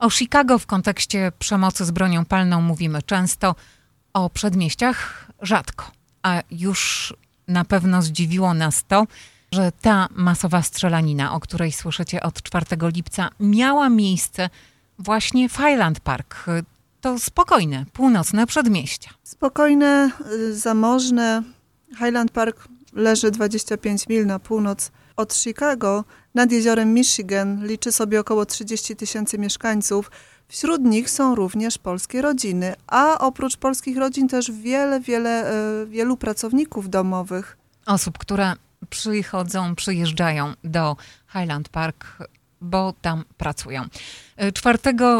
O Chicago w kontekście przemocy z bronią palną mówimy często, o przedmieściach rzadko. A już na pewno zdziwiło nas to, że ta masowa strzelanina, o której słyszycie od 4 lipca, miała miejsce właśnie w Highland Park. To spokojne, północne przedmieścia. Spokojne, zamożne. Highland Park leży 25 mil na północ od Chicago. Nad jeziorem Michigan liczy sobie około 30 000 mieszkańców. Wśród nich są również polskie rodziny, a oprócz polskich rodzin też wielu pracowników domowych. Osób, które przyjeżdżają do Highland Park, bo tam pracują. 4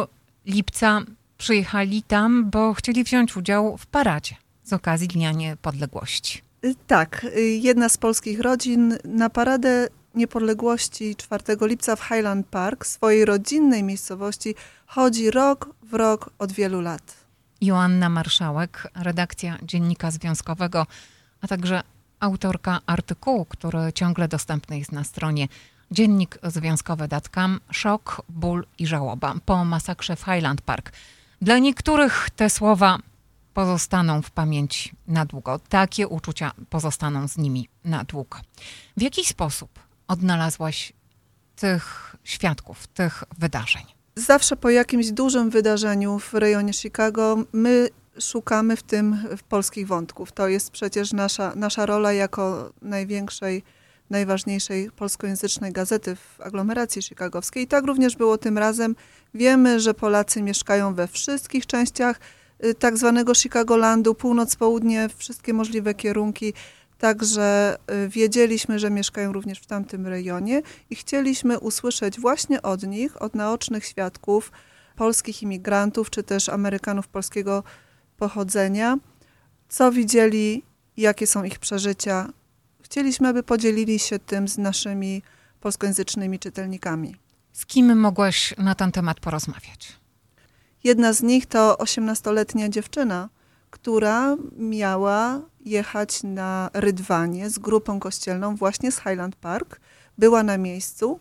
lipca przyjechali tam, bo chcieli wziąć udział w paradzie z okazji Dnia Niepodległości. Tak, jedna z polskich rodzin na Paradę Niepodległości 4 lipca w Highland Park, swojej rodzinnej miejscowości, chodzi rok w rok od wielu lat. Joanna Marszałek, redakcja Dziennika Związkowego, a także autorka artykułu, który ciągle dostępny jest na stronie dziennikzwiązkowy.com. Szok, ból i żałoba po masakrze w Highland Park. Dla niektórych te słowa pozostaną w pamięci na długo. Takie uczucia pozostaną z nimi na długo. W jaki sposób odnalazłaś tych świadków, tych wydarzeń? Zawsze po jakimś dużym wydarzeniu w rejonie Chicago my szukamy w polskich wątków. To jest przecież nasza rola jako największej, najważniejszej polskojęzycznej gazety w aglomeracji chicagowskiej. I tak również było tym razem. Wiemy, że Polacy mieszkają we wszystkich częściach tak zwanego Chicagolandu, północ, południe, wszystkie możliwe kierunki. Także wiedzieliśmy, że mieszkają również w tamtym rejonie i chcieliśmy usłyszeć właśnie od nich, od naocznych świadków, polskich imigrantów, czy też Amerykanów polskiego pochodzenia, co widzieli, jakie są ich przeżycia. Chcieliśmy, aby podzielili się tym z naszymi polskojęzycznymi czytelnikami. Z kim mogłaś na ten temat porozmawiać? Jedna z nich to 18-letnia dziewczyna, która miała jechać na rydwanie z grupą kościelną właśnie z Highland Park. Była na miejscu.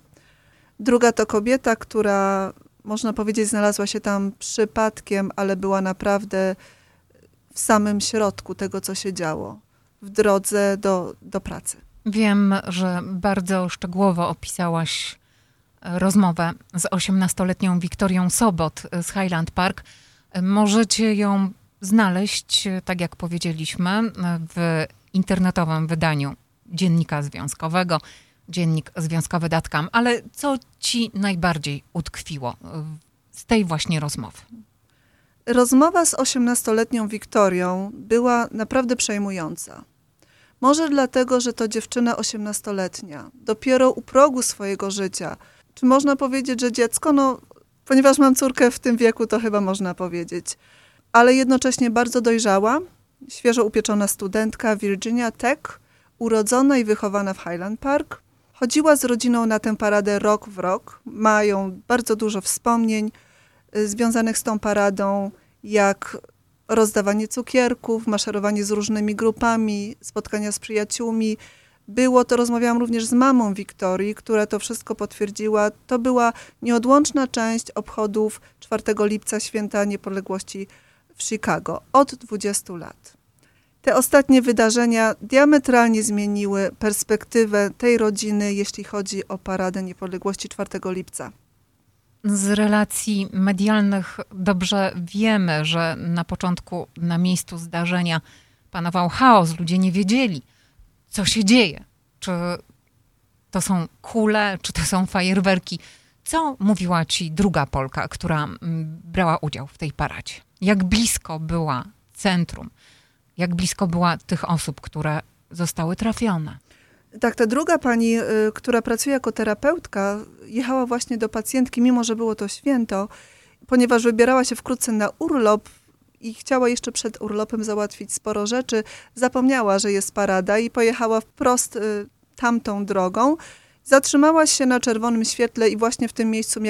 Druga to kobieta, która, można powiedzieć, znalazła się tam przypadkiem, ale była naprawdę w samym środku tego, co się działo, w drodze do pracy. Wiem, że bardzo szczegółowo opisałaś rozmowę z 18-letnią Wiktorią Sobot z Highland Park. Możecie ją znaleźć, tak jak powiedzieliśmy, w internetowym wydaniu Dziennika Związkowego, dziennikzwiązkowy.com. Ale co ci najbardziej utkwiło z tej właśnie rozmowy? Rozmowa z 18-letnią Wiktorią była naprawdę przejmująca. Może dlatego, że to dziewczyna 18-letnia, dopiero u progu swojego życia. Czy można powiedzieć, że dziecko? No, ponieważ mam córkę w tym wieku, to chyba można powiedzieć. Ale jednocześnie bardzo dojrzała, świeżo upieczona studentka Virginia Tech, urodzona i wychowana w Highland Park. Chodziła z rodziną na tę paradę rok w rok. Mają bardzo dużo wspomnień związanych z tą paradą, jak rozdawanie cukierków, maszerowanie z różnymi grupami, spotkania z przyjaciółmi. Rozmawiałam również z mamą Wiktorii, która to wszystko potwierdziła. To była nieodłączna część obchodów 4 lipca, Święta Niepodległości w Chicago od 20 lat. Te ostatnie wydarzenia diametralnie zmieniły perspektywę tej rodziny, jeśli chodzi o Paradę Niepodległości 4 lipca. Z relacji medialnych dobrze wiemy, że na początku na miejscu zdarzenia panował chaos. Ludzie nie wiedzieli, co się dzieje. Czy to są kule, czy to są fajerwerki. Co mówiła ci druga Polka, która brała udział w tej paradzie? Jak blisko była centrum? Jak blisko była tych osób, które zostały trafione? Tak, ta druga pani, która pracuje jako terapeutka, jechała właśnie do pacjentki, mimo że było to święto, ponieważ wybierała się wkrótce na urlop i chciała jeszcze przed urlopem załatwić sporo rzeczy. Zapomniała, że jest parada i pojechała wprost tamtą drogą. Zatrzymała się na czerwonym świetle i właśnie w tym miejscu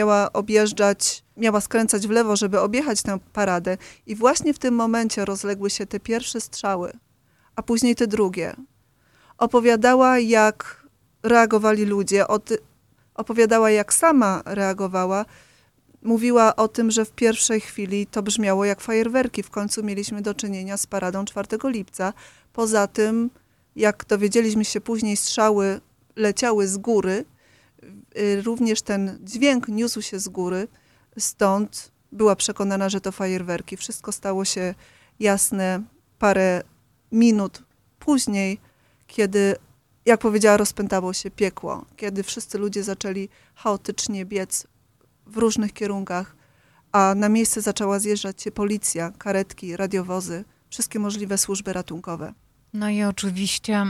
miała skręcać w lewo, żeby objechać tę paradę. I właśnie w tym momencie rozległy się te pierwsze strzały, a później te drugie. Opowiadała, jak reagowali ludzie, opowiadała, jak sama reagowała. mówiła o tym, że w pierwszej chwili to brzmiało jak fajerwerki. W końcu mieliśmy do czynienia z paradą 4 lipca. Poza tym, jak dowiedzieliśmy się później, strzały leciały z góry. Również ten dźwięk niósł się z góry. Stąd była przekonana, że to fajerwerki. Wszystko stało się jasne parę minut później, kiedy, jak powiedziała, rozpętało się piekło. Kiedy wszyscy ludzie zaczęli chaotycznie biec w różnych kierunkach, a na miejsce zaczęła zjeżdżać się policja, karetki, radiowozy, wszystkie możliwe służby ratunkowe. No i oczywiście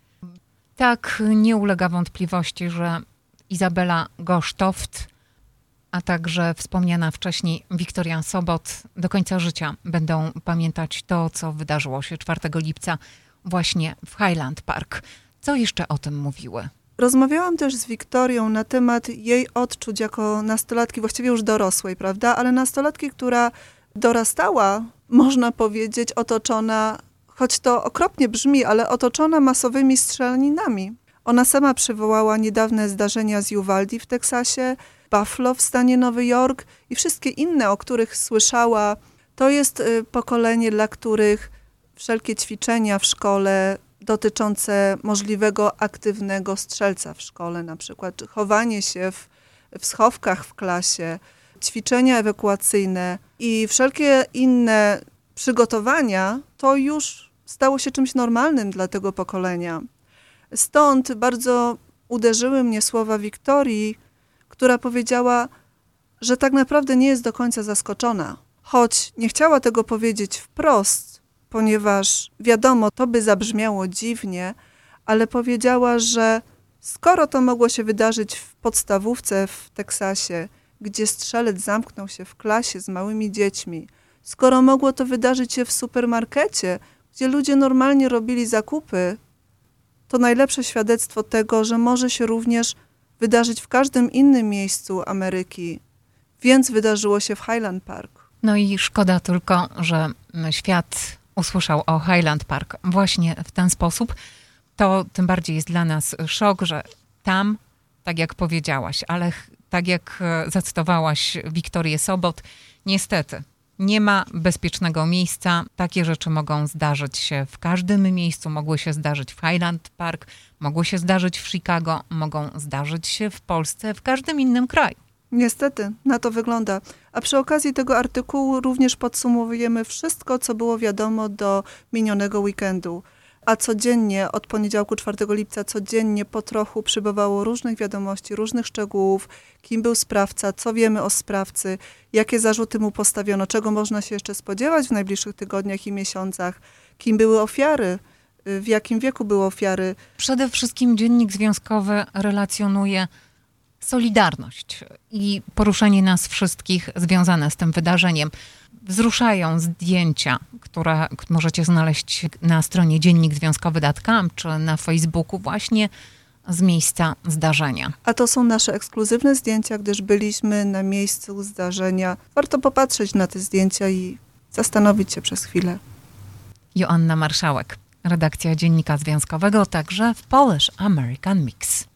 tak nie ulega wątpliwości, że Izabela Gosztoft, a także wspomniana wcześniej Wiktoria Sobot do końca życia będą pamiętać to, co wydarzyło się 4 lipca właśnie w Highland Park. Co jeszcze o tym mówiły? Rozmawiałam też z Wiktorią na temat jej odczuć jako nastolatki, właściwie już dorosłej, prawda? Ale nastolatki, która dorastała, można powiedzieć, otoczona, choć to okropnie brzmi, ale otoczona masowymi strzelaninami. Ona sama przywołała niedawne zdarzenia z Uvalde w Teksasie, Buffalo w stanie Nowy Jork i wszystkie inne, o których słyszała. To jest pokolenie, dla których wszelkie ćwiczenia w szkole dotyczące możliwego aktywnego strzelca w szkole, na przykład czy chowanie się w schowkach w klasie, ćwiczenia ewakuacyjne i wszelkie inne przygotowania, to już stało się czymś normalnym dla tego pokolenia. Stąd bardzo uderzyły mnie słowa Wiktorii, która powiedziała, że tak naprawdę nie jest do końca zaskoczona. Choć nie chciała tego powiedzieć wprost, ponieważ wiadomo, to by zabrzmiało dziwnie, ale powiedziała, że skoro to mogło się wydarzyć w podstawówce w Teksasie, gdzie strzelec zamknął się w klasie z małymi dziećmi, skoro mogło to wydarzyć się w supermarkecie, gdzie ludzie normalnie robili zakupy, to najlepsze świadectwo tego, że może się również wydarzyć w każdym innym miejscu Ameryki. Więc wydarzyło się w Highland Park. No i szkoda tylko, że świat usłyszał o Highland Park właśnie w ten sposób. To tym bardziej jest dla nas szok, że tam, tak jak powiedziałaś, ale tak jak zacytowałaś Wiktorię Sobot, niestety nie ma bezpiecznego miejsca. Takie rzeczy mogą zdarzyć się w każdym miejscu. Mogły się zdarzyć w Highland Park, mogły się zdarzyć w Chicago, mogą zdarzyć się w Polsce, w każdym innym kraju. Niestety, na to wygląda. A przy okazji tego artykułu również podsumowujemy wszystko, co było wiadomo do minionego weekendu. A codziennie, od poniedziałku 4 lipca, codziennie po trochu przybywało różnych wiadomości, różnych szczegółów, kim był sprawca, co wiemy o sprawcy, jakie zarzuty mu postawiono, czego można się jeszcze spodziewać w najbliższych tygodniach i miesiącach, kim były ofiary, w jakim wieku były ofiary. Przede wszystkim dziennik związkowy relacjonuje solidarność i poruszenie nas wszystkich związane z tym wydarzeniem. Wzruszają zdjęcia, które możecie znaleźć na stronie dziennikzwiązkowy.com czy na Facebooku właśnie z miejsca zdarzenia. A to są nasze ekskluzywne zdjęcia, gdyż byliśmy na miejscu zdarzenia. Warto popatrzeć na te zdjęcia i zastanowić się przez chwilę. Joanna Marszałek, redakcja Dziennika Związkowego, także w Polish American Mix.